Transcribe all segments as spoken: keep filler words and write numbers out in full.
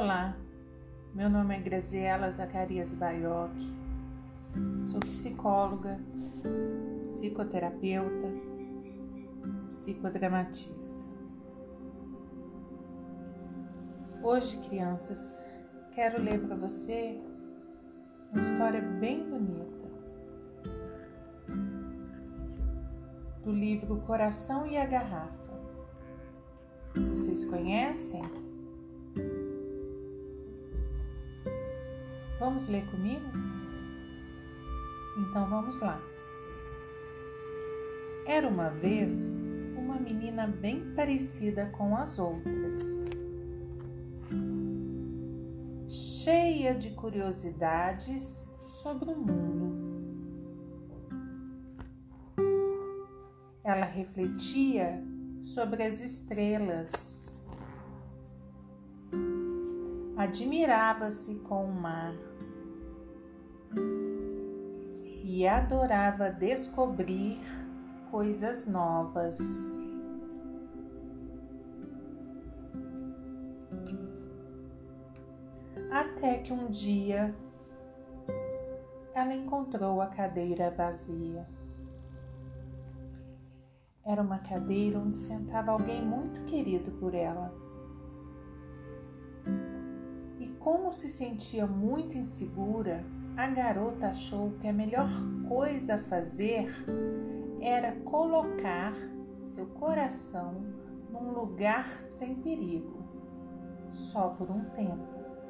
Olá, meu nome é Graziela Zacarias Baioc, sou psicóloga, psicoterapeuta, psicodramatista. Hoje, crianças, quero ler para você uma história bem bonita do livro Coração e a Garrafa. Vocês conhecem? Vamos ler comigo? Então vamos lá. Era uma vez uma menina bem parecida com as outras, cheia de curiosidades sobre o mundo. Ela refletia sobre as estrelas, admirava-se com o mar e adorava descobrir coisas novas. Até que um dia ela encontrou a cadeira vazia. Era uma cadeira onde sentava alguém muito querido por ela. E como se sentia muito insegura, a garota achou que a melhor coisa a fazer era colocar seu coração num lugar sem perigo, só por um tempo.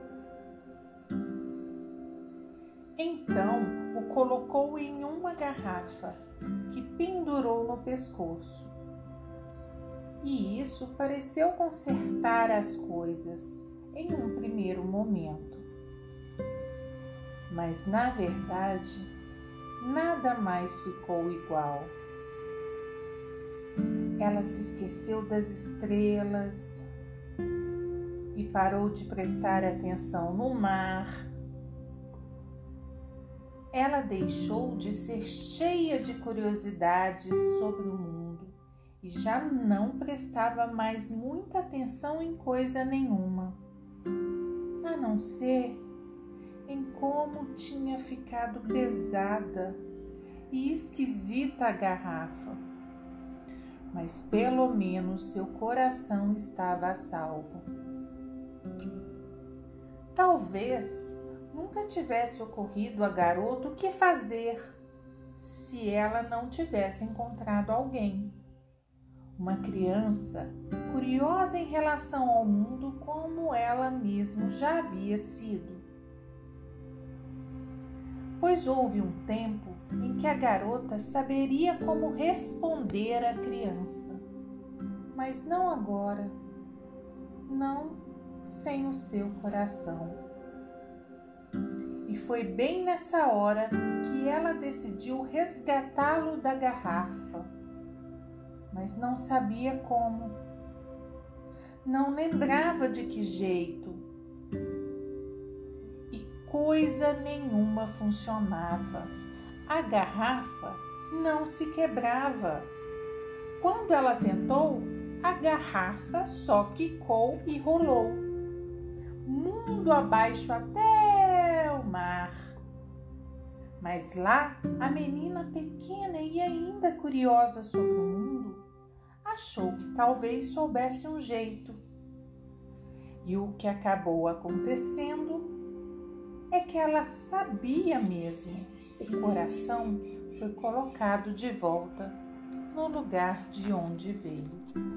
Então, o colocou em uma garrafa que pendurou no pescoço. E isso pareceu consertar as coisas em um primeiro momento. Mas, na verdade, nada mais ficou igual. Ela se esqueceu das estrelas e parou de prestar atenção no mar. Ela deixou de ser cheia de curiosidades sobre o mundo e já não prestava mais muita atenção em coisa nenhuma, a não ser em como tinha ficado pesada e esquisita a garrafa. Mas pelo menos seu coração estava a salvo. Talvez nunca tivesse ocorrido a garota o que fazer se ela não tivesse encontrado alguém. Uma criança curiosa em relação ao mundo como ela mesma já havia sido. Pois houve um tempo em que a garota saberia como responder à criança, mas não agora, não sem o seu coração. E foi bem nessa hora que ela decidiu resgatá-lo da garrafa, mas não sabia como, não lembrava de que jeito. Coisa nenhuma funcionava. A garrafa não se quebrava. Quando ela tentou, a garrafa só quicou e rolou, mundo abaixo até o mar. Mas lá, a menina pequena e ainda curiosa sobre o mundo, achou que talvez soubesse um jeito. E o que acabou acontecendo é que ela sabia mesmo. O coração foi colocado de volta no lugar de onde veio.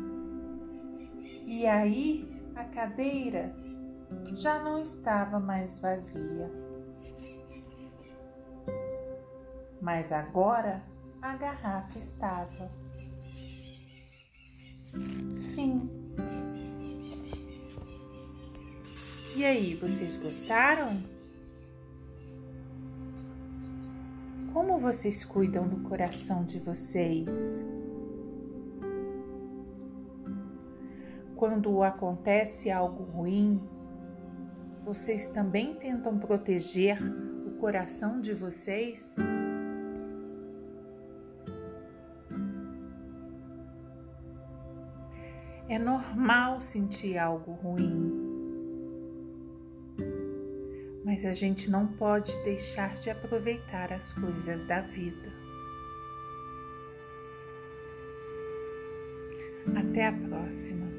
E aí a cadeira já não estava mais vazia. Mas agora a garrafa estava. Fim. E aí, vocês gostaram? Como vocês cuidam do coração de vocês? Quando acontece algo ruim, vocês também tentam proteger o coração de vocês? É normal sentir algo ruim. mas a gente não pode deixar de aproveitar as coisas da vida. Até a próxima!